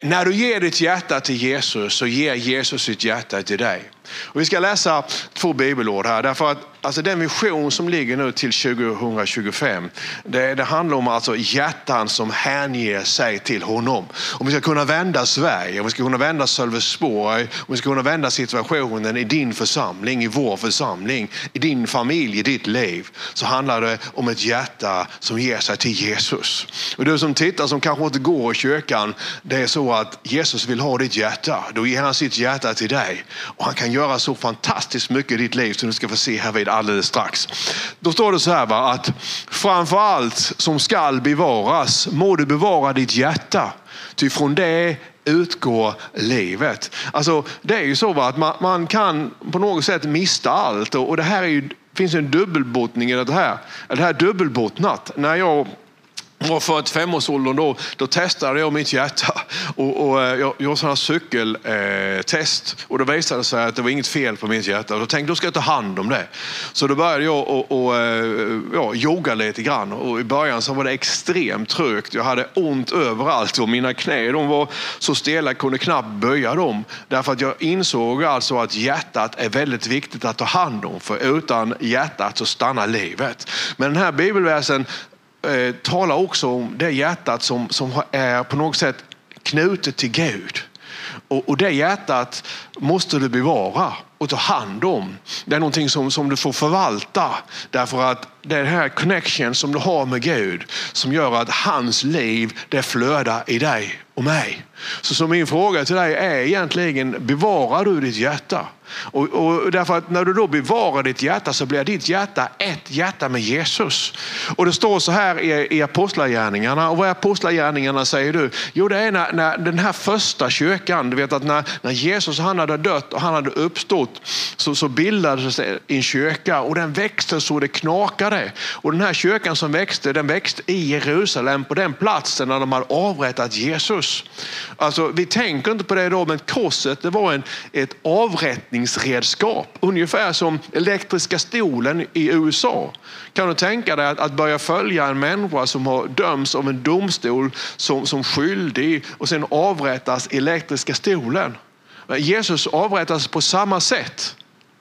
När du ger ditt hjärta till Jesus så ger Jesus sitt hjärta till dig. Och vi ska läsa 2 bibelord här. Därför att alltså den vision som ligger nu till 2025. Det handlar om alltså hjärtan som hänger sig till honom. Om vi ska kunna vända Sverige. Om vi ska kunna vända Sölvesborg. Om vi ska kunna vända situationen i din församling. I vår församling. I din familj. I ditt liv. Så handlar det om ett hjärta som ger sig till Jesus. Och du som tittar som kanske inte går i kyrkan. Det är så att Jesus vill ha ditt hjärta. Då ger han sitt hjärta till dig. Och han kan göra så fantastiskt mycket i ditt liv som du ska få se här vid alldeles strax. Då står det så här att framför allt som skall bevaras må du bevara ditt hjärta. Ty från det utgår livet. Alltså det är ju så att man kan på något sätt mista allt. Och det här är ju, finns en dubbelbottning i det här. Det här är dubbelbottnat. När jag var 45-årsåldern då testade jag mitt hjärta och jag gjorde sådana cykeltest och då visade det sig att det var inget fel på mitt hjärta. Då tänkte jag, då ska jag ta hand om det. Så då började jag och jogga lite grann och i början så var det extremt trögt. Jag hade ont överallt och mina knä de var så stela jag kunde knappt böja dem. Därför att jag insåg alltså att hjärtat är väldigt viktigt att ta hand om, för utan hjärtat så stannar livet. Men den här bibelversen talar också om det hjärtat som är på något sätt knutet till Gud. Och det hjärtat måste du bevara och ta hand om. Det är någonting som du får förvalta. Därför att det är den här connection som du har med Gud som gör att hans liv det flödar i dig och mig. Så min fråga till dig är egentligen, bevarar du ditt hjärta? Och därför att när du då bevarar ditt hjärta så blir ditt hjärta ett hjärta med Jesus. Och det står så här i Apostlagärningarna. Och vad är Apostlagärningarna säger du? Jo, det är när den här första kyrkan, du vet att när Jesus han hade dött och han hade uppstått så bildades en kyrka och den växte så det knakade. Och den här kyrkan som växte, den växte i Jerusalem på den platsen när de hade avrättat Jesus. Alltså vi tänker inte på det då, men korset det var ett avrättningsredskap. Ungefär som elektriska stolen i USA. Kan du tänka dig att börja följa en människa som har dömts av en domstol som skyldig och sen avrättas elektriska stolen? Jesus avrättas på samma sätt.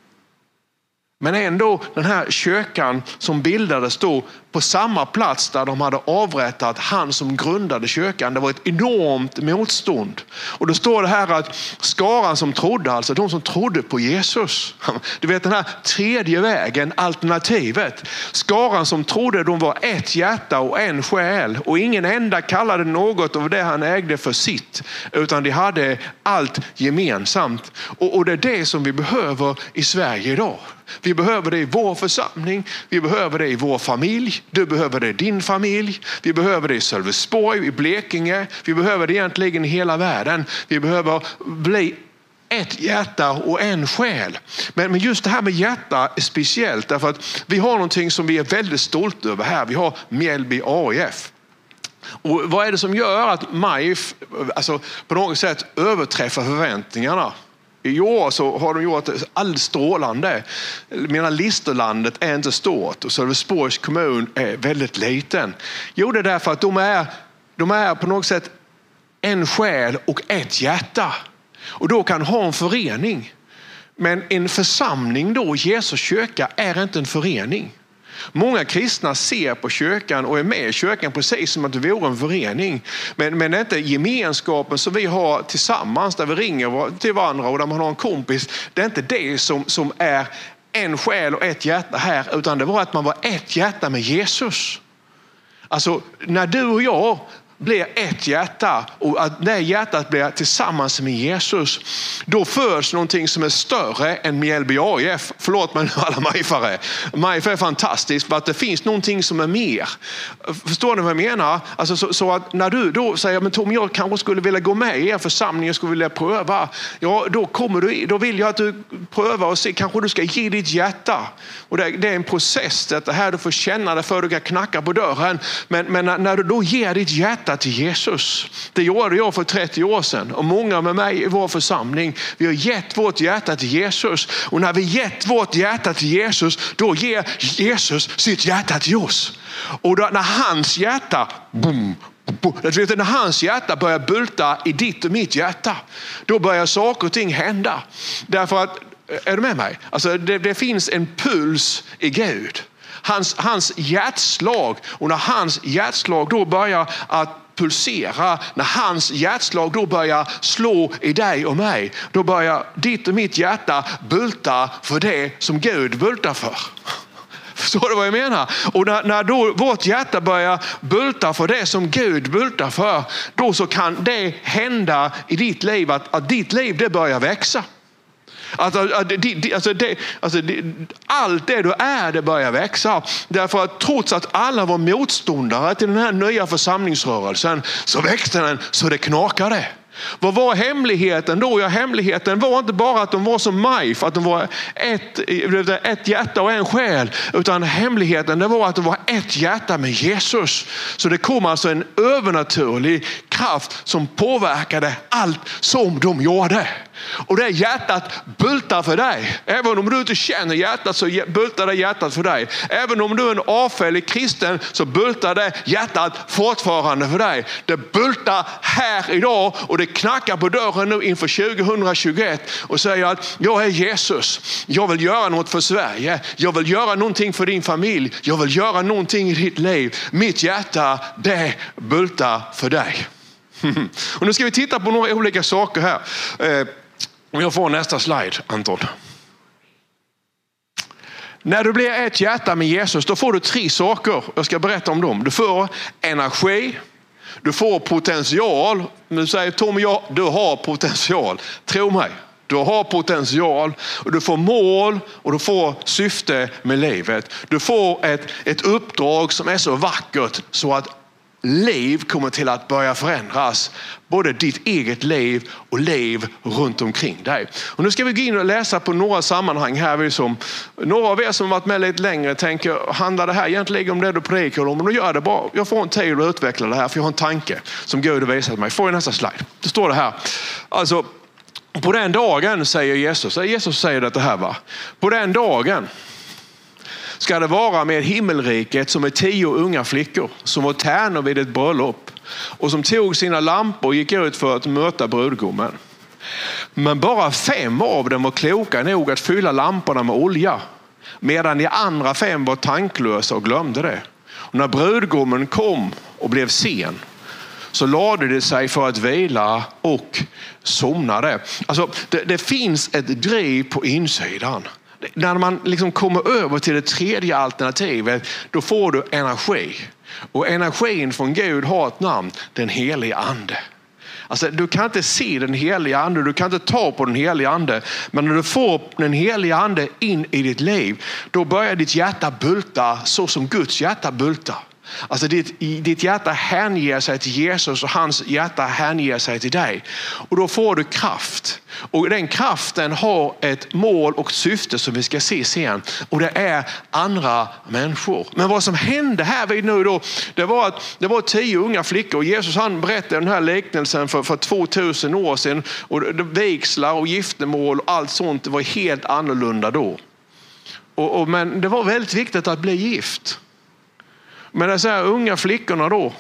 Men ändå den här kyrkan som bildades då på samma plats där de hade avrättat han som grundade kyrkan. Det var ett enormt motstånd. Och då står det här att skaran som trodde, alltså de som trodde på Jesus. Du vet den här tredje vägen, alternativet. Skaran som trodde, de var ett hjärta och en själ. Och ingen enda kallade något av det han ägde för sitt. Utan de hade allt gemensamt. Och det är det som vi behöver i Sverige idag. Vi behöver det i vår församling. Vi behöver det i vår familj. Du behöver det i din familj. Vi behöver det i Sölvesborg, i Blekinge. Vi behöver det egentligen i hela världen. Vi behöver bli ett hjärta och en själ. Men just det här med hjärta är speciellt. Därför att vi har någonting som vi är väldigt stolta över här. Vi har Mjällby AIF. Och vad är det som gör att MAIF alltså, på något sätt överträffar förväntningarna? I år så har de gjort alldeles strålande. Menar Listerlandet är inte stort och Sölvesborgs kommun är väldigt liten. Jo, det är därför att de är på något sätt en själ och ett hjärta. Och då kan ha en förening. Men en församling då, Jesus kyrka, är inte en förening. Många kristna ser på kyrkan och är med i kyrkan precis som att det vore en förening. Men det är inte gemenskapen som vi har tillsammans där vi ringer till varandra och där man har en kompis. Det är inte det som är en själ och ett hjärta här, utan det var att man var ett hjärta med Jesus. Alltså när du och jag blir ett hjärta och att det hjärtat blir tillsammans med Jesus, då föds någonting som är större än Mjällby AIF. Förlåt mig alla MAIFare. MAIF är fantastiskt för att det finns någonting som är mer. Förstår ni vad jag menar? Alltså så att när du då säger, men Tom, jag kanske skulle vilja gå med i er församling, jag skulle vilja pröva. Ja, då vill jag att du prövar och se, kanske du ska ge ditt hjärta. Och det är en process, det här du får känna det för du kan knacka på dörren. Men när du då ger ditt hjärta till Jesus. Det gjorde jag för 30 år sedan. Och många med mig i vår församling. Vi har gett vårt hjärta till Jesus. Och när vi gett vårt hjärta till Jesus, då ger Jesus sitt hjärta till oss. Och då, när hans hjärta När hans hjärta börjar bulta i ditt och mitt hjärta, då börjar saker och ting hända. Därför att, är du med mig? Alltså det finns en puls i Gud. Hans hjärtslag, och när hans hjärtslag då börjar att pulsera, när hans hjärtslag då börjar slå i dig och mig, då börjar ditt och mitt hjärta bulta för det som Gud bultar för. Förstår du vad jag menar? Och när då vårt hjärta börjar bulta för det som Gud bultar för, då så kan det hända i ditt liv att ditt liv det börjar växa. Allt det du är, det börjar växa. Därför att trots att alla var motståndare till den här nya församlingsrörelsen, så växte den så det knakade. Vad var hemligheten då? Ja, hemligheten var inte bara att de var som MIF, att de var ett hjärta och en själ, utan hemligheten det var att det var ett hjärta med Jesus. Så det kom alltså en övernaturlig kraft som påverkade allt som de gjorde. Och det hjärtat bultar för dig. Även om du inte känner hjärtat så bultar det hjärtat för dig. Även om du är en avfällig kristen så bultar det hjärtat fortfarande för dig. Det bultar här idag och det knackar på dörren nu inför 2021 och säger att jag är Jesus. Jag vill göra något för Sverige. Jag vill göra någonting för din familj. Jag vill göra någonting i ditt liv. Mitt hjärta, det bultar för dig. Och nu ska vi titta på några olika saker här. Om jag får nästa slide, Anton. När du blir ett hjärta med Jesus, då får du 3 saker. Jag ska berätta om dem. Du får energi, du får potential. Nu säger Tom, ja, du har potential. Tro mig, du har potential. Och du får mål och du får syfte med livet. Du får ett uppdrag som är så vackert så att liv kommer till att börja förändras. Både ditt eget liv och liv runt omkring dig. Och nu ska vi gå in och läsa på några sammanhang här. Några av er som varit med lite längre tänker, handlar det här egentligen om det du predikar om? Men då gör det bara. Jag får en tid att utveckla det här för jag har en tanke som Gud har visat mig. Får jag nästa slide? Det står det här. Alltså, på den dagen säger Jesus säger det här va. På den dagen ska det vara med himmelriket som är 10 unga flickor som var tärnor vid ett bröllop och som tog sina lampor och gick ut för att möta brudgummen. Men bara 5 av dem var kloka nog att fylla lamporna med olja, medan de andra 5 var tanklösa och glömde det. Och när brudgummen kom och blev sen, så lade det sig för att vila och somnade. Alltså, det finns ett driv på insidan. När man liksom kommer över till det tredje alternativet, då får du energi. Och energin från Gud har ett namn, den helige ande. Alltså, du kan inte se den helige ande, du kan inte ta på den helige ande. Men när du får den helige ande in i ditt liv, då börjar ditt hjärta bulta så som Guds hjärta bultar. Alltså ditt hjärta hänger sig till Jesus och hans hjärta hänger sig till dig. Och då får du kraft. Och den kraften har ett mål och syfte som vi ska se sen. Och det är andra människor. Men vad som hände här vid nu då, det var 10 unga flickor. Och Jesus han berättade den här liknelsen för 2000 år sedan. Och vigslar och giftermål och allt sånt var helt annorlunda då. Men det var väldigt viktigt att bli gift. Men dessa här unga flickorna då,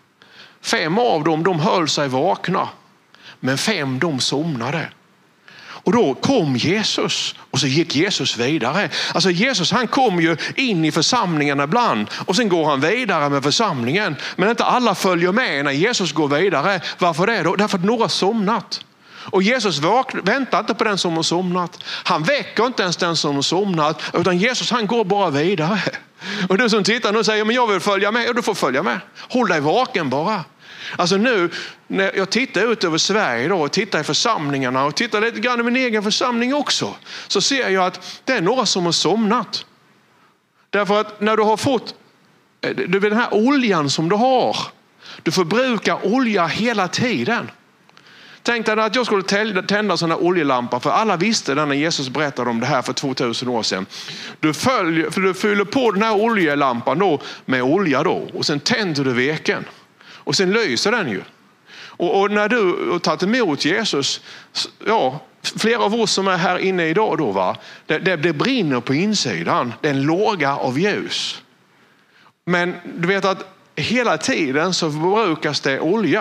5 av dem, de höll sig vakna. Men 5 de somnade. Och då kom Jesus och så gick Jesus vidare. Alltså Jesus han kom ju in i församlingarna ibland och sen går han vidare med församlingen. Men inte alla följer med när Jesus går vidare. Varför det då? Därför att några somnat. Och Jesus väntar inte på den som har somnat. Han väcker inte ens den som har somnat. Utan Jesus han går bara vidare. Och du som tittar nu säger, men jag vill följa med. Och du får följa med. Håll dig vaken bara. Alltså nu när jag tittar ut över Sverige då, och tittar i församlingarna och tittar lite grann i min egen församling också. Så ser jag att det är några som har somnat. Därför att när du har fått den här oljan som du har. Du förbrukar olja hela tiden. Tänk dig att jag skulle tända sådana oljelampor, för alla visste det när Jesus berättade om det här för 2000 år sedan. Du fyller på den här oljelampan då med olja då och sen tänder du veken och sen lyser den ju. Och när du har tagit emot Jesus, ja, flera av oss som är här inne idag då va, det brinner på insidan, det är en låga av ljus. Men du vet att hela tiden så förbrukas det olja.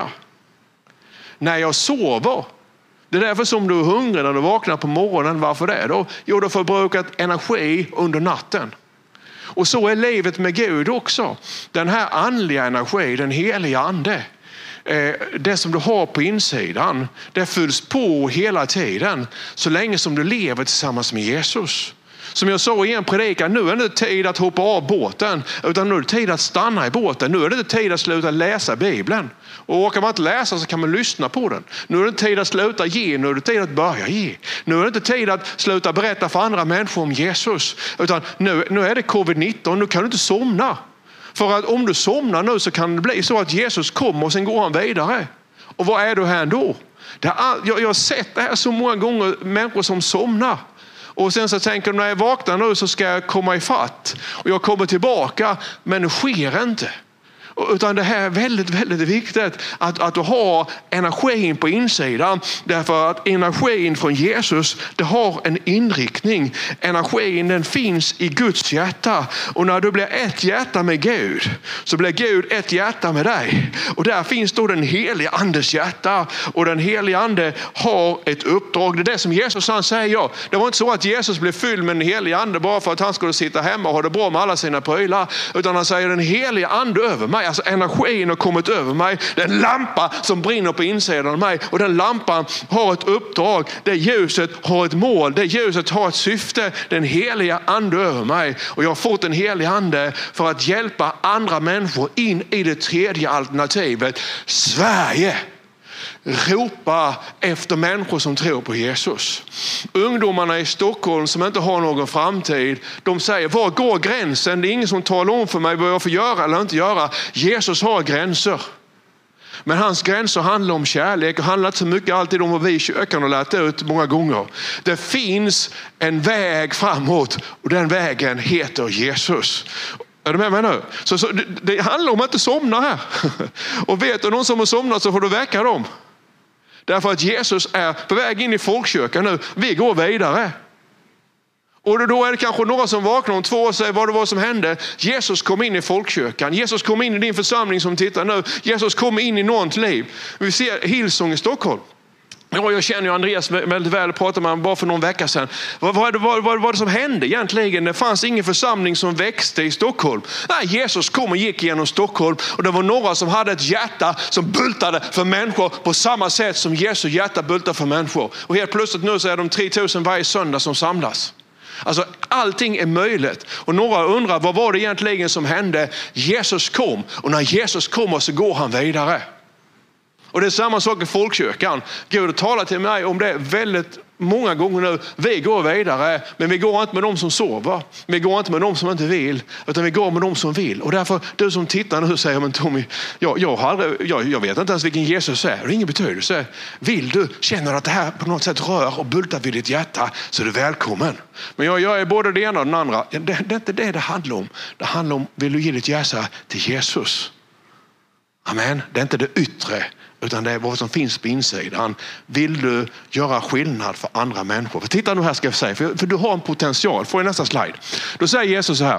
När jag sover, det är därför som du är hungrig när du vaknar på morgonen. Varför det då? Jo, du har förbrukat energi under natten. Och så är livet med Gud också. Den här andliga energi, den heliga ande, det som du har på insidan, det fylls på hela tiden så länge som du lever tillsammans med Jesus. Som jag sa i en predikan, nu är det inte tid att hoppa av båten, utan nu är det tid att stanna i båten. Nu är det inte tid att sluta läsa Bibeln. Och kan man inte läsa så kan man lyssna på den. Nu är det inte tid att sluta ge, nu är det tid att börja ge. Nu är det inte tid att sluta berätta för andra människor om Jesus, utan nu är det covid-19, nu kan du inte somna. För att om du somnar nu så kan det bli så att Jesus kommer och sen går han vidare. Och vad är du här då? Jag har sett det här så många gånger, människor som somnar. Och sen så tänker de, när jag vaknar nu så ska jag komma ifatt. Och jag kommer tillbaka, men det sker inte. Utan det här är väldigt, väldigt viktigt att du har energin på insidan. Därför att energin från Jesus, det har en inriktning. Energin, den finns i Guds hjärta. Och när du blir ett hjärta med Gud så blir Gud ett hjärta med dig. Och där finns då den heliga andes hjärta. Och den heliga ande har ett uppdrag. Det är det som Jesus han säger. Det var inte så att Jesus blev fylld med den heliga ande bara för att han skulle sitta hemma och ha det bra med alla sina prylar. Utan han säger, den heliga ande över mig. Alltså energin har kommit över mig. Det är en lampa som brinner på insidan av mig. Och den lampan har ett uppdrag. Det ljuset har ett mål. Det ljuset har ett syfte. Den heliga ande över mig. Och jag har fått en helig ande för att hjälpa andra människor in i det tredje alternativet. Sverige. Ropa efter människor som tror på Jesus. Ungdomarna i Stockholm som inte har någon framtid, de säger, var går gränsen? Det är ingen som talar om för mig vad jag får göra eller inte göra. Jesus har gränser. Men hans gränser handlar om kärlek och handlar inte så mycket alltid om vad vi i kyrkan har lärt ut många gånger. Det finns en väg framåt och den vägen heter Jesus. Är du med mig nu? Så det handlar om att inte somna här. Och vet du någon som har somnat så får du väcka dem. Därför att Jesus är på väg in i folkkyrkan nu. Vi går vidare. Och då är det kanske några som vaknar om 2 år och säger vad det var som hände. Jesus kom in i folkkyrkan. Jesus kom in i din församling som tittar nu. Jesus kom in i någons liv. Vi ser Hillsong i Stockholm. Ja, jag känner ju Andreas väldigt väl, pratade med honom bara för någon vecka sedan. Vad var det som hände egentligen? Det fanns ingen församling som växte i Stockholm. Nej, Jesus kom och gick genom Stockholm och det var några som hade ett hjärta som bultade för människor på samma sätt som Jesu hjärta bultar för människor. Och helt plötsligt nu så är de 3000 varje söndag som samlas. Alltså allting är möjligt. Och några undrar, vad var det egentligen som hände? Jesus kom och när Jesus kommer så går han vidare. Och det är samma sak i folkkyrkan. Gud har talat till mig om det väldigt många gånger nu. Vi går vidare, men vi går inte med dem som sover. Vi går inte med dem som inte vill, utan vi går med dem som vill. Och därför, du som tittar nu säger, men Tommy, jag vet inte ens vilken Jesus är. Det är ingen betydelse. Vill du, känner att det här på något sätt rör och bultar vid ditt hjärta, så är du välkommen. Men jag är både det ena och den andra. Det är inte det handlar om. Det handlar om, vill du ge ditt hjärta till Jesus? Amen. Det är inte det yttre, utan det är vad som finns på insidan. Vill du göra skillnad för andra människor? För titta nu här ska jag säga, för du har en potential. Får jag nästa slide? Då säger Jesus så här.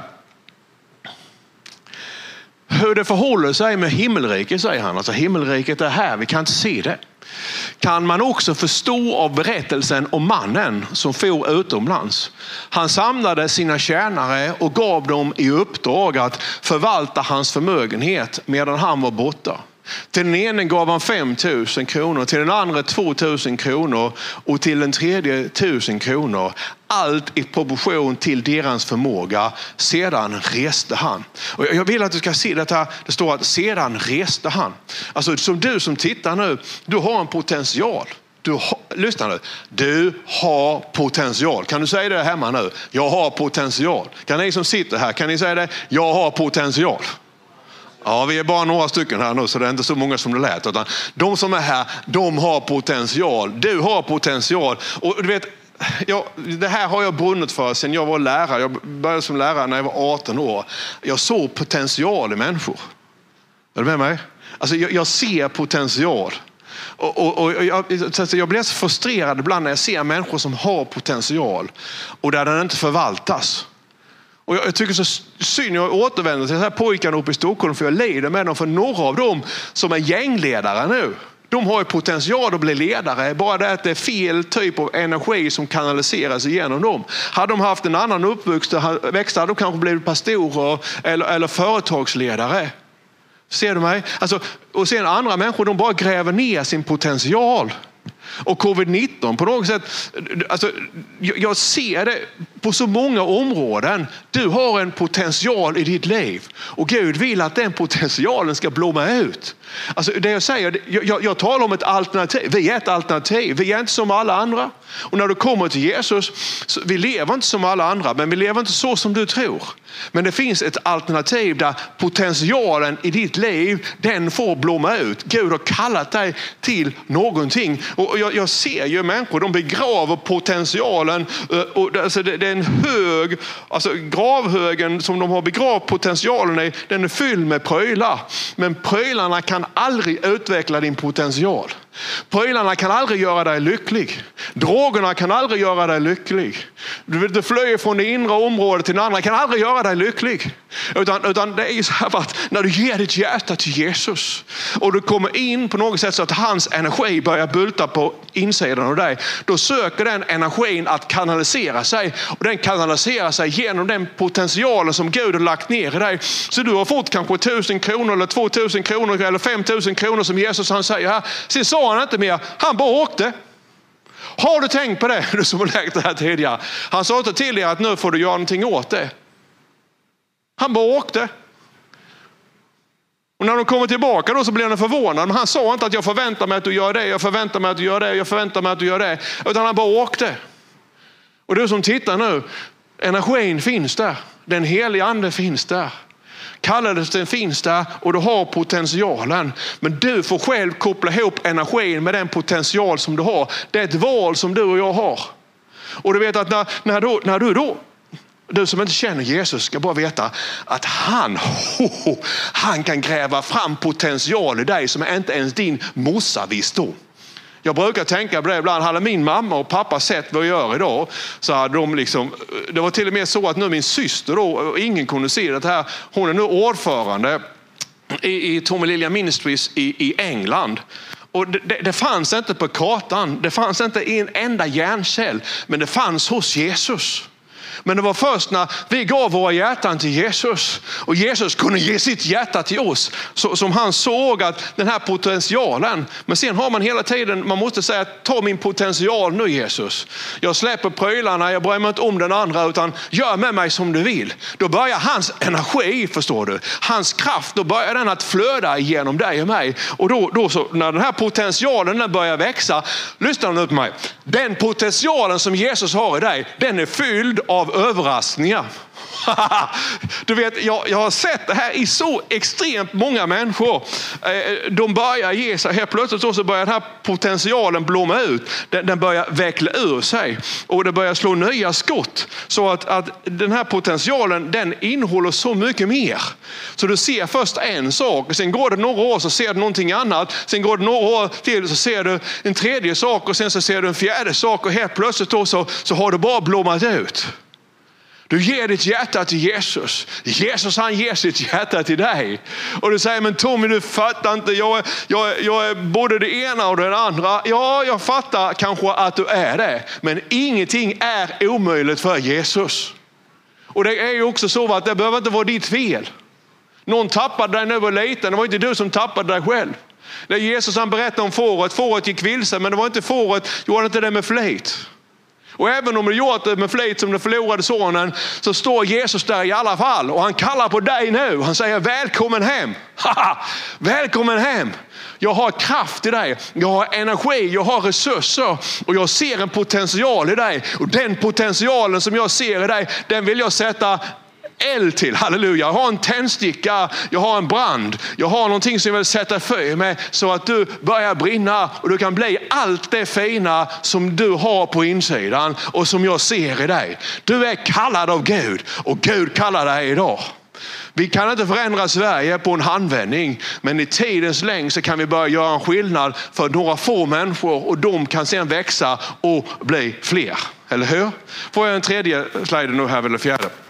Hur det förhåller sig med himmelriket, säger han. Alltså himmelriket är här, vi kan inte se det. Kan man också förstå av berättelsen om mannen som for utomlands. Han samlade sina tjänare och gav dem i uppdrag att förvalta hans förmögenhet medan han var borta. Till den ene gav han 5 000 kronor, till den andra 2 000 kronor och till den tredje 1 000 kronor. Allt i proportion till deras förmåga. Sedan reste han. Och jag vill att du ska se detta. Det står att sedan reste han. Alltså som du som tittar nu, du har en potential. Lyssna nu. Du har potential. Kan du säga det hemma nu? Jag har potential. Kan ni som sitter här, kan ni säga det? Jag har potential. Ja, vi är bara några stycken här nu så det är inte så många som det lät. Utan de som är här, de har potential. Du har potential. Och du vet, det här har jag brunnit för sedan jag var lärare. Jag började som lärare när jag var 18 år. Jag såg potential i människor. Är du med mig? Alltså jag ser potential. Och jag blir så frustrerad ibland när jag ser människor som har potential och där den inte förvaltas. Och jag tycker så synd, jag återvänder till de här pojkarna uppe i Stockholm, för jag lider med dem, för några av dem som är gängledare nu. De har ju potential att bli ledare, bara det att det är fel typ av energi som kanaliseras igenom dem. Hade de haft en annan uppväxt hade de kanske blivit pastorer eller företagsledare. Ser du mig? Alltså, och sen andra människor, de bara gräver ner sin potential. Och covid-19 på något sätt, alltså, jag ser det på så många områden. Du har en potential i ditt liv och Gud vill att den potentialen ska blomma ut. Alltså det jag säger, jag talar om ett alternativ. Vi är ett alternativ. Vi är inte som alla andra. Och när du kommer till Jesus, vi lever inte som alla andra, men vi lever inte så som du tror. Men det finns ett alternativ där potentialen i ditt liv, den får blomma ut. Gud har kallat dig till någonting. Och jag ser ju människor, de begraver potentialen. Och alltså det är en hög, alltså gravhögen som de har begravt potentialen i, den är fylld med prylar. Men prylarna kan aldrig utveckla din potential. Prylarna kan aldrig göra dig lycklig. Drogerna kan aldrig göra dig lycklig. Du flyr från det inre området till det andra, kan aldrig göra dig lycklig. Utan det är ju så här att när du ger ditt hjärta till Jesus och du kommer in på något sätt så att hans energi börjar bulta på insidan av dig, då söker den energin att kanalisera sig, och den kanaliserar sig genom den potentialen som Gud har lagt ner i dig. Så du har fått kanske 1000 kronor eller 2000 kronor eller 5000 kronor som Jesus han säger här. Sen sa han inte mer, han bara åkte. Har du tänkt på det? Du som har lärt det här tidigare. Han sa inte till dig att nu får du göra någonting åt det. Han bara åkte. Och när de kommer tillbaka då så blir han förvånad. Men han sa inte att jag förväntar mig att du gör det, jag förväntar mig att du gör det, jag förväntar mig att du gör det. Utan han bara åkte. Och du som tittar nu, energin finns där. Den heliga ande finns där. Kallelsen finns där och du har potentialen. Men du får själv koppla ihop energin med den potential som du har. Det är ett val som du och jag har. Och du vet att när du som inte känner Jesus ska bara veta att han kan gräva fram potential i dig som inte ens din morsa visste om. Jag brukar tänka på det ibland. Hade min mamma och pappa sett vad jag gör idag så hade de liksom, det var till och med så att nu min syster då, och ingen kunde se det här, hon är nu ordförande i Tommy Lilja Ministries i England. Och det fanns inte på kartan, det fanns inte en enda hjärncell, men det fanns hos Jesus. Men det var först när vi gav våra hjärtan till Jesus och Jesus kunde ge sitt hjärta till oss som han såg att den här potentialen. Men sen har man hela tiden, man måste säga, ta min potential nu Jesus. Jag släpper prylarna, jag bryr mig inte om den andra, utan gör med mig som du vill. Då börjar hans energi, förstår du, hans kraft, då börjar den att flöda igenom dig och mig. Och då så, när den här potentialen den börjar växa, lyssna nu på mig. Den potentialen som Jesus har i dig, den är fylld av överraskningar. Du vet, jag har sett det här i så extremt många människor. De börjar ge sig. Helt plötsligt så börjar den här potentialen blomma ut. Den börjar veckla ur sig. Och det börjar slå nya skott. Så att den här potentialen, den innehåller så mycket mer. Så du ser först en sak. Sen går det några år så ser du någonting annat. Sen går det några år till så ser du en tredje sak. Och sen så ser du en fjärde sak. Och helt plötsligt då så har det bara blommat ut. Du ger ditt hjärta till Jesus. Jesus han ger sitt hjärta till dig. Och du säger, men Tommy du fattar inte. Jag är både det ena och det andra. Ja, jag fattar kanske att du är det. Men ingenting är omöjligt för Jesus. Och det är ju också så att det behöver inte vara ditt fel. Någon tappade dig när du var liten. Det var inte du som tappade dig själv. När Jesus han berättade om fåret. Fåret gick vilse, men det var inte fåret. Gjorde inte det med flit. Och även om du gjort det med flit som den förlorade sonen, så står Jesus där i alla fall. Och han kallar på dig nu. Han säger, välkommen hem. Välkommen hem. Jag har kraft i dig. Jag har energi. Jag har resurser. Och jag ser en potential i dig. Och den potentialen som jag ser i dig, den vill jag sätta eld till, halleluja. Jag har en tändsticka, jag har en brand, jag har någonting som jag vill sätta för med så att du börjar brinna och du kan bli allt det fina som du har på insidan och som jag ser i dig. Du är kallad av Gud och Gud kallar dig idag. Vi kan inte förändra Sverige på en handvändning, men i tidens längd så kan vi börja göra en skillnad för några få människor och de kan sedan växa och bli fler. Eller hur? Får jag en tredje slide nu här eller fjärde?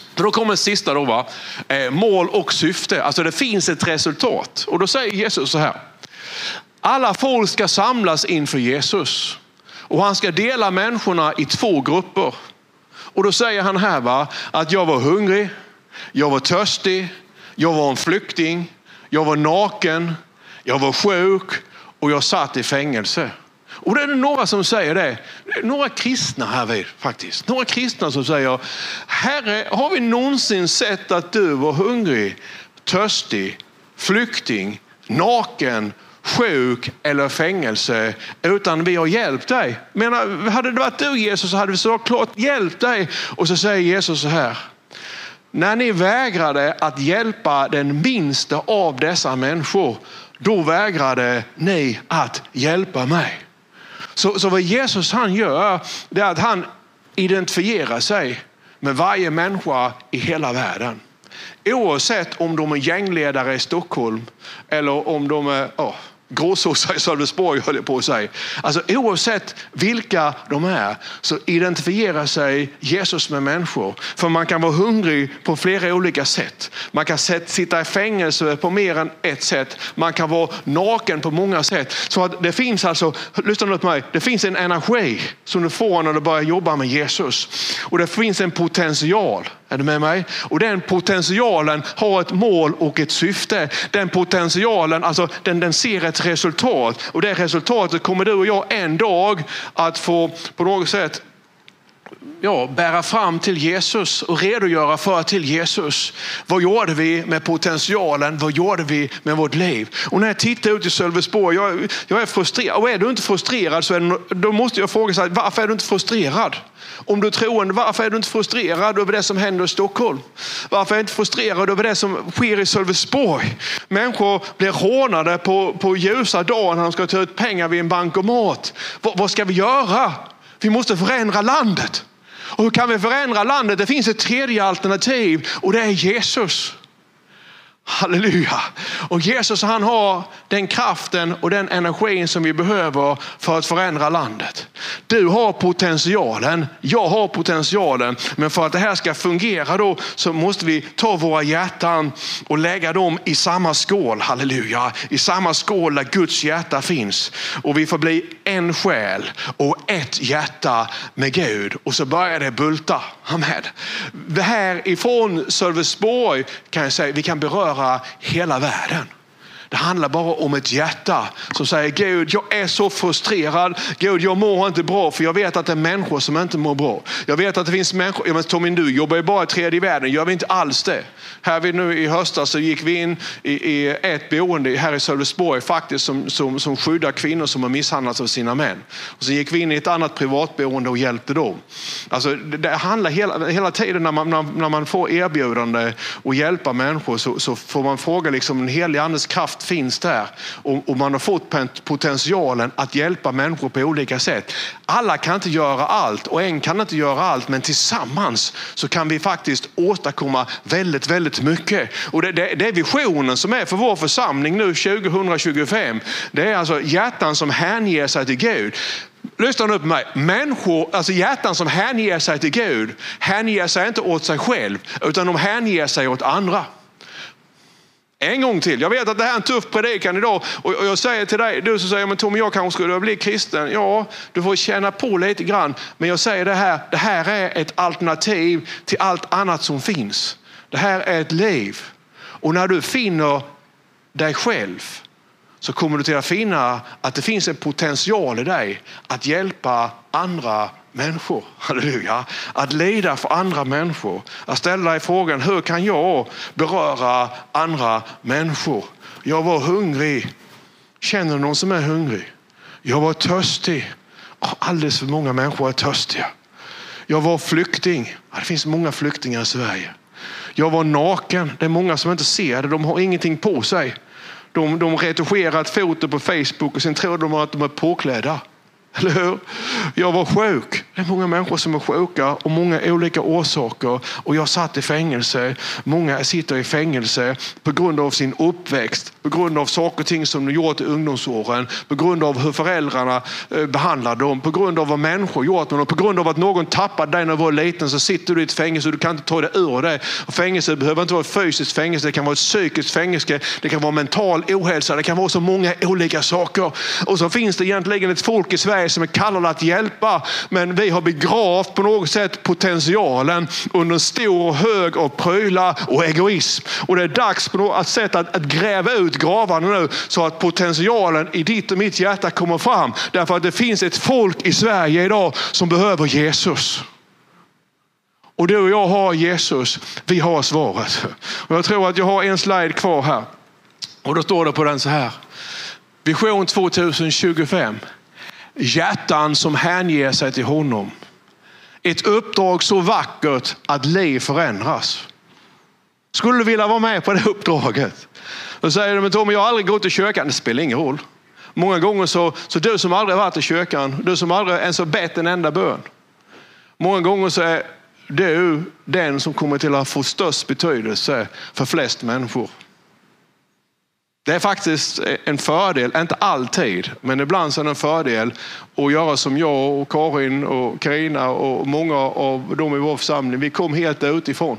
Då kommer sista då, mål och syfte. Alltså det finns ett resultat. Och då säger Jesus så här. Alla folk ska samlas inför Jesus. Och han ska dela människorna i 2 grupper. Och då säger han här att jag var hungrig, jag var törstig, jag var en flykting, jag var naken, jag var sjuk och jag satt i fängelse. Och det är några som säger det. Några kristna här vid faktiskt. Några kristna som säger, Herre, har vi någonsin sett att du var hungrig, törstig, flykting, naken, sjuk eller fängelse utan vi har hjälpt dig? Men hade det varit du Jesus så hade vi såklart hjälpt dig. Och så säger Jesus så här. När ni vägrade att hjälpa den minsta av dessa människor, då vägrade ni att hjälpa mig. Så vad Jesus han gör, det är att han identifierar sig med varje människa i hela världen. Oavsett om de är gängledare i Stockholm eller om de är gråsossar i Sölvesborg höll jag på att säga. Alltså oavsett vilka de är så identifierar sig Jesus med människor. För man kan vara hungrig på flera olika sätt. Man kan sitta i fängelse på mer än ett sätt. Man kan vara naken på många sätt. Så att det finns alltså, lyssna på mig, det finns en energi som du får när du börjar jobba med Jesus. Och det finns en potential. Är du med mig? Och den potentialen har ett mål och ett syfte. Den potentialen, alltså den ser ett resultat. Och det resultatet kommer du och jag en dag att få på något sätt bära fram till Jesus och redogöra för till Jesus. Vad gjorde vi med potentialen? Vad gjorde vi med vårt liv? Och när jag tittar ut i Sölvesborg, jag är frustrerad. Och är du inte frustrerad så då måste jag fråga sig, varför är du inte frustrerad? Om du är troende, varför är du inte frustrerad över det som händer i Stockholm? Varför är du inte frustrerad över det som sker i Sölvesborg? Människor blir hånade på ljusa dagar när de ska ta ut pengar vid en bankomat. Vad ska vi göra? Vi måste förändra landet. Och hur kan vi förändra landet? Det finns ett tredje alternativ och det är Jesus. Halleluja. Och Jesus han har den kraften och den energin som vi behöver för att förändra landet. Du har potentialen, jag har potentialen. Men för att det här ska fungera då så måste vi ta våra hjärtan och lägga dem i samma skål. Halleluja. I samma skål där Guds hjärta finns. Och vi får bli en själ och ett hjärta med Gud. Och så börjar det bulta. Amen. Det här ifrån Sölvesborg kan jag säga, vi kan beröra hela världen. Det handlar bara om ett hjärta som säger Gud, jag är så frustrerad. Gud, jag mår inte bra för jag vet att det är människor som inte mår bra. Jag vet att det finns människor, men Tommy, du jobbar ju bara i tredje världen. Gör vi inte alls det? Här vi nu i höstas så gick vi in i ett boende här i Sölvesborg faktiskt som skyddar kvinnor som har misshandlats av sina män. Och så gick vi in i ett annat privatboende och hjälpte dem. Alltså det handlar hela tiden när man får erbjudande och hjälpa människor så får man fråga liksom den heliga andes kraft finns där och man har fått potentialen att hjälpa människor på olika sätt. Alla kan inte göra allt och en kan inte göra allt, men tillsammans så kan vi faktiskt åstadkomma väldigt, väldigt mycket. Och det är visionen som är för vår församling nu 2025. Det är alltså hjärtan som hänger sig till Gud. Lyssna nu på mig. Människor, alltså hjärtan som hänger sig till Gud, hänger sig inte åt sig själv utan de hänger sig åt andra. En gång till. Jag vet att det här är en tuff predikan idag. Och jag säger till dig, du som säger, men Tom, jag kanske skulle bli kristen. Ja, du får känna på lite grann. Men jag säger det här är ett alternativ till allt annat som finns. Det här är ett liv. Och när du finner dig själv så kommer du till att finna att det finns en potential i dig att hjälpa andra människor. Halleluja. Att leda för andra människor. Att ställa dig frågan, hur kan jag beröra andra människor? Jag var hungrig. Känner någon som är hungrig? Jag var törstig. Alldeles för många människor är törstiga. Jag var flykting. Det finns många flyktingar i Sverige. Jag var naken. Det är många som inte ser det. De har ingenting på sig. De retuscherar ett foto på Facebook och sen tror de att de är påklädda. Eller hur? Jag var sjuk. Det är många människor som är sjuka och många olika orsaker. Och jag satt i fängelse. Många sitter i fängelse på grund av sin uppväxt. På grund av saker och ting som de gjort i ungdomsåren. På grund av hur föräldrarna behandlar dem. På grund av vad människor gjort med dem. På grund av att någon tappade dig när du var liten, så sitter du i ett fängelse och du kan inte ta dig ur det. Och fängelse behöver inte vara ett fysiskt fängelse. Det kan vara ett psykiskt fängelse. Det kan vara mental ohälsa. Det kan vara så många olika saker. Och så finns det egentligen ett folk i Sverige som är kallade att hjälpa. Men vi har begravt på något sätt potentialen under stor hög av prylar och egoism. Och det är dags på något sätt att gräva ut gravarna nu, så att potentialen i ditt och mitt hjärta kommer fram. Därför att det finns ett folk i Sverige idag som behöver Jesus. Och du och jag har Jesus. Vi har svaret. Och jag tror att jag har en slide kvar här. Och då står det på den så här: Vision 2025. Hjärtan som hänger sig till honom. Ett uppdrag så vackert att liv förändras. Skulle du vilja vara med på det uppdraget? Då säger de, men Tom, jag har aldrig gått till kyrkan. Det spelar ingen roll. Många gånger så du som aldrig varit i kyrkan, du som aldrig ens har bett en enda bön. Många gånger så är du den som kommer till att få störst betydelse för flest människor. Det är faktiskt en fördel, inte alltid, men ibland så är det en fördel att göra som jag och Karin och Karina och många av dem i vår församling. Vi kom helt utifrån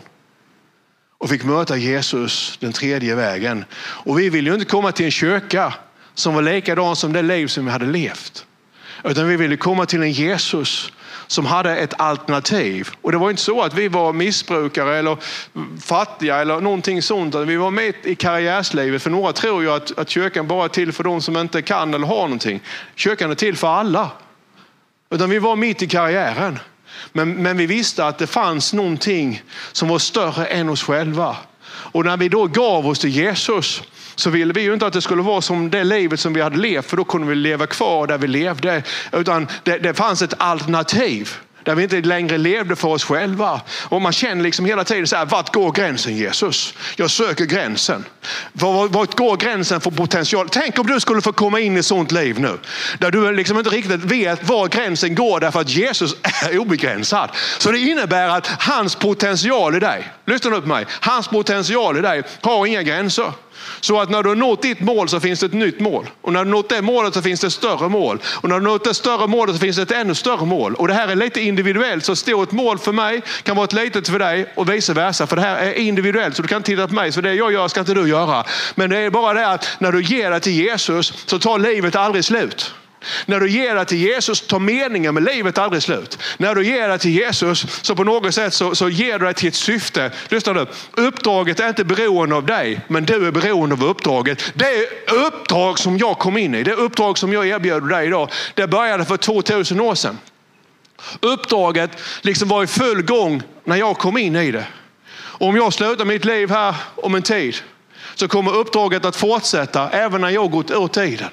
och fick möta Jesus den tredje vägen. Och vi vill ju inte komma till en kyrka som var likadan som det liv som vi hade levt. Utan vi ville komma till en Jesus som hade ett alternativ. Och det var inte så att vi var missbrukare eller fattiga eller någonting sånt. Vi var med i karriärslivet. För några tror ju att kyrkan bara är till för de som inte kan eller har någonting. Kyrkan är till för alla. Utan vi var mitt i karriären. Men vi visste att det fanns någonting som var större än oss själva. Och när vi då gav oss till Jesus, så ville vi ju inte att det skulle vara som det livet som vi hade levt, för då kunde vi leva kvar där vi levde. Utan det fanns ett alternativ där vi inte längre levde för oss själva. Och man känner liksom hela tiden så här: vart går gränsen, Jesus? Jag söker gränsen. Vart går gränsen för potential? Tänk om du skulle få komma in i sånt liv nu, där du liksom inte riktigt vet var gränsen går, därför att Jesus är obegränsad. Så det innebär att hans potential i dig, lyssna nu på mig, hans potential i dig har inga gränser. Så att när du har nått ditt mål så finns det ett nytt mål. Och när du har nått det målet så finns det ett större mål. Och när du har nått det större målet så finns det ett ännu större mål. Och det här är lite individuellt. Så stort mål för mig kan vara ett litet för dig och vice versa. För det här är individuellt, så du kan titta på mig. Så det jag gör ska inte du göra. Men det är bara det att när du ger det till Jesus så tar livet aldrig slut. När du ger det till Jesus tar meningen med livet aldrig slut. När du ger det till Jesus så på något sätt så ger du det till ett syfte. Lyssna nu. Uppdraget är inte beroende av dig, men du är beroende av uppdraget. Det är uppdrag som jag kom in i. Det uppdrag som jag erbjuder dig idag. Det började för 2000 år sedan. Uppdraget liksom var i full gång när jag kom in i det. Och om jag slutar mitt liv här om en tid, så kommer uppdraget att fortsätta även när jag gått ur tiden.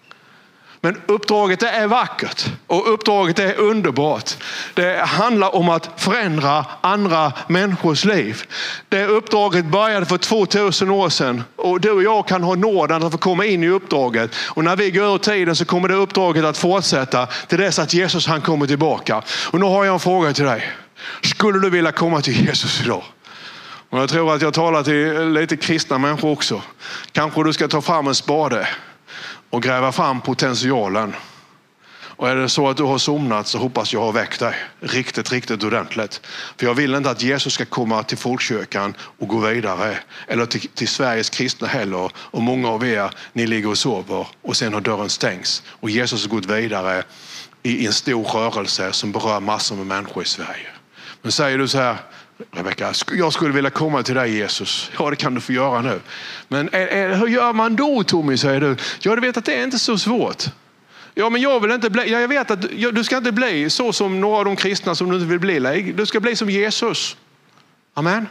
Men uppdraget är vackert och uppdraget är underbart. Det handlar om att förändra andra människors liv. Det uppdraget började för 2000 år sedan och du och jag kan ha nåden att få komma in i uppdraget. Och när vi går ur tiden så kommer det uppdraget att fortsätta till dess att Jesus han kommer tillbaka. Och nu har jag en fråga till dig. Skulle du vilja komma till Jesus idag? Och jag tror att jag talar till lite kristna människor också. Kanske du ska ta fram en spade och gräva fram potentialen. Och är det så att du har somnat så hoppas jag har väckt dig riktigt ordentligt. För jag vill inte att Jesus ska komma till folkkyrkan och gå vidare. Eller till Sveriges kristna heller. Och många av er, ni ligger och sover och sen har dörren stängs. Och Jesus har gått vidare i en stor rörelse som berör massor med människor i Sverige. Men säger du så här: Rebecka, jag skulle vilja komma till dig Jesus. Ja, det kan du få göra nu. Men hur gör man då, Tommy, säger du? Ja, du vet att det är inte så svårt. Ja, men jag vill inte bli. Ja, jag vet att du ska inte bli så som några av de kristna som du inte vill bli. Du ska bli som Jesus. Amen.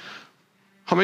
Ja,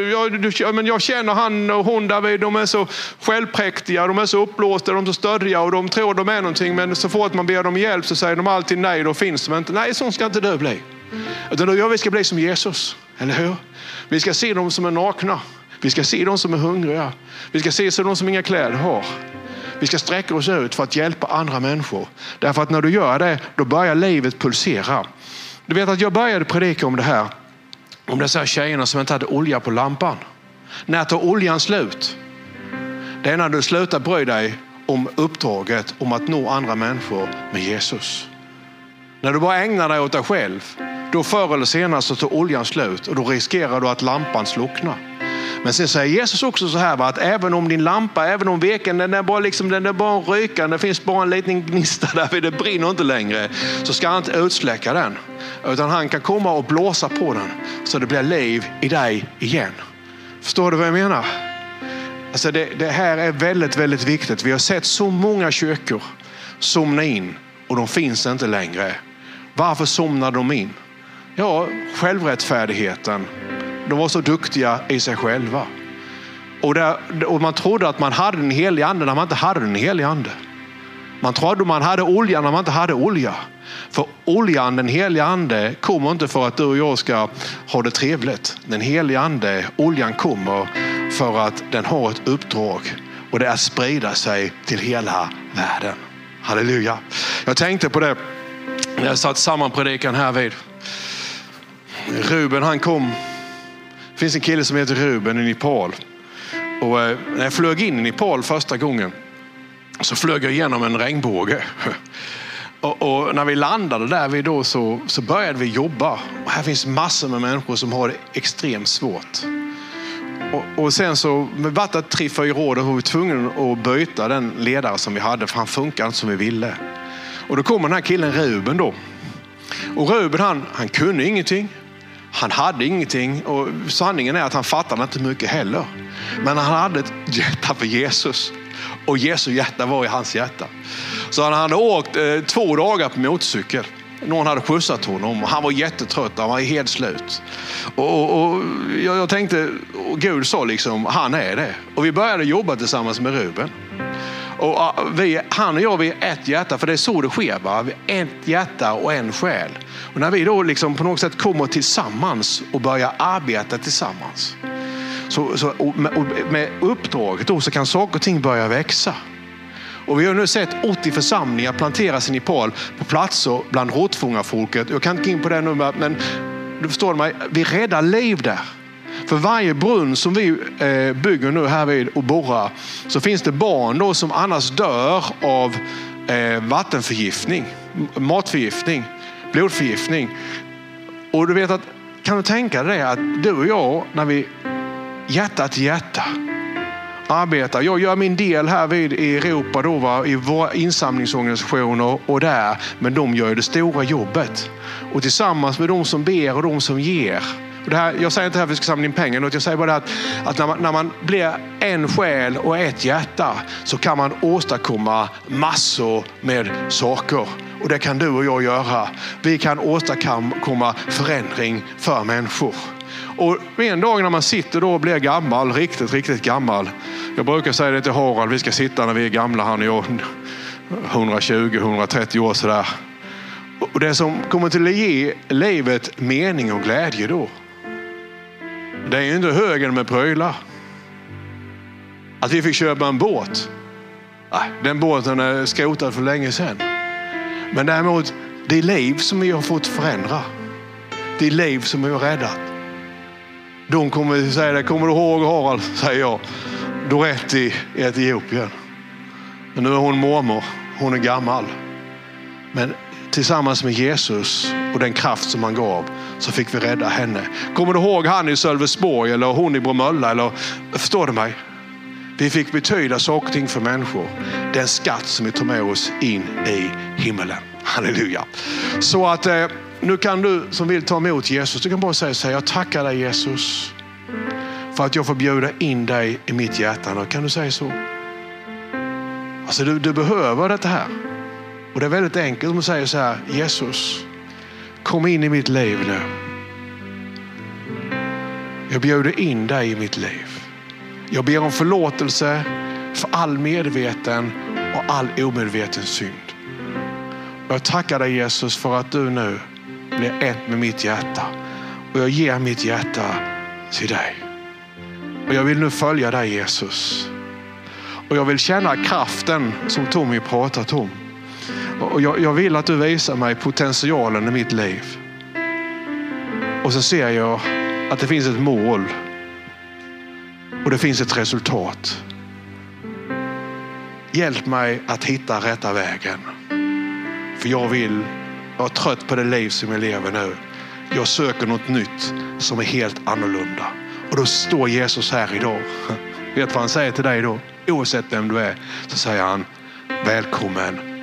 men jag känner han och hon David, de är så självpräktiga, de är så uppblåsta, de är så stöddiga och de tror de är någonting. Men så fort man ber dem hjälp så säger de alltid nej, då finns de inte. Nej, så ska inte du bli. Utan vi ska bli som Jesus, eller hur? Vi ska se dem som är nakna. Vi ska se dem som är hungriga. Vi ska se dem som inga kläder har. Vi ska sträcka oss ut för att hjälpa andra människor. Därför att när du gör det, då börjar livet pulsera. Du vet att jag började predika om det här. Om dessa här tjejerna som inte hade olja på lampan. När tar oljan slut? Det är när du slutar bry dig om uppdraget om att nå andra människor med Jesus. När du bara ägnar dig åt dig själv, då förr eller senare så tar oljan slut och då riskerar du att lampan slocknar. Men sen säger Jesus också så här, att även om din lampa, även om veken, den är bara en ryka, det finns bara en liten gnista där, det brinner inte längre, så ska han inte utsläcka den. Utan han kan komma och blåsa på den så det blir liv i dig igen. Förstår du vad jag menar? Alltså det här är väldigt, väldigt viktigt. Vi har sett så många kyrkor somna in och de finns inte längre. Varför somnar de in? Ja, självrättfärdigheten. De var så duktiga i sig själva. Och man trodde att man hade den heliga ande när man inte hade den heliga ande. Man trodde man hade olja när man inte hade olja. För oljan, den heliga ande, kommer inte för att du och jag ska ha det trevligt. Den heliga ande, oljan kommer för att den har ett uppdrag. Och det är att sprida sig till hela världen. Halleluja. Jag tänkte på det när jag satt samman predikan här vid. Ruben, han kom. Det finns en kille som heter Ruben i Nepal. Och när jag flög in i Nepal första gången så flög jag igenom en regnbåge. Och när vi landade där då så började vi jobba. Och här finns massor med människor som har det extremt svårt. Och sen så med vart 3-4 år var vi tvungna att byta den ledare som vi hade, för han funkar inte som vi ville. Och då kommer den här killen Ruben då. Och Ruben han kunde ingenting. Han hade ingenting, och sanningen är att han fattade inte mycket heller. Men han hade ett hjärta för Jesus. Och Jesu hjärta var i hans hjärta. Så han hade åkt 2 dagar på motorcykel. Någon hade skjutsat honom och han var jättetrött, han var helt slut. Och jag tänkte, och Gud sa liksom, han är det. Och vi började jobba tillsammans med Ruben. Och han och jag, vi är ett hjärta, för det är så det sker, va? Vi är ett hjärta och en själ. Och när vi då liksom på något sätt kommer tillsammans och börjar arbeta tillsammans, och med uppdraget då, så kan saker och ting börja växa. Och vi har nu sett 80 församlingar planteras i Nepal på platser bland råttfångarfolket. Jag kan inte gå in på det nu, men du förstår mig, vi räddar liv där. För varje brunn som vi bygger nu här vid och borrar, så finns det barn då som annars dör av vattenförgiftning, matförgiftning, blodförgiftning. Och du vet att, kan du tänka dig att du och jag, när vi hjärta till hjärta arbetar. Jag gör min del här vid i Europa då, va, i våra insamlingsorganisationer och där, men de gör det stora jobbet. Och tillsammans med de som ber och de som ger. Och det här, jag säger inte att vi ska samla in pengar, utan jag säger bara att när man blir en själ och ett hjärta, så kan man åstadkomma massor med saker. Och det kan du och jag göra. Vi kan åstadkomma förändring för människor. Och en dag när man sitter då och blir gammal, riktigt, riktigt gammal. Jag brukar säga det till Harald, vi ska sitta när vi är gamla, han och jag, 120-130 år sådär. Och det som kommer till att ge livet mening och glädje då, det är ju inte högen med prylar. Att vi fick köpa en båt. Nej, den båten är skrotad för länge sedan. Men däremot, det är liv som vi har fått förändra. Det är liv som vi har räddat. De kommer säga det, kommer du ihåg Harald, säger jag. Dorette i Etiopien. Men nu är hon mormor, hon är gammal. Men tillsammans med Jesus och den kraft som han gav, så fick vi rädda henne. Kommer du ihåg han i Sölvesborg eller hon i Bromölla? Eller, förstår du mig? Vi fick betyda saker och ting för människor. Det är en skatt som vi tar med oss in i himmelen. Halleluja. Så att nu kan du som vill ta emot Jesus, du kan bara säga så här: jag tackar dig Jesus för att jag får bjuda in dig i mitt hjärta. Nu kan du säga så. Alltså du behöver det här. Och det är väldigt enkelt om du säger så här: Jesus, kom in i mitt liv nu. Jag bjuder in dig i mitt liv. Jag ber om förlåtelse för all medveten och all omedveten synd. Jag tackar dig Jesus för att du nu blir ett med mitt hjärta. Och jag ger mitt hjärta till dig. Och jag vill nu följa dig Jesus. Och jag vill känna kraften som Tommy pratat om. Och jag vill att du visar mig potentialen i mitt liv. Och så ser jag att det finns ett mål. Och det finns ett resultat. Hjälp mig att hitta rätta vägen. För jag är trött på det liv som jag lever nu. Jag söker något nytt som är helt annorlunda. Och då står Jesus här idag. Vet vad han säger till dig då? Oavsett vem du är så säger han: välkommen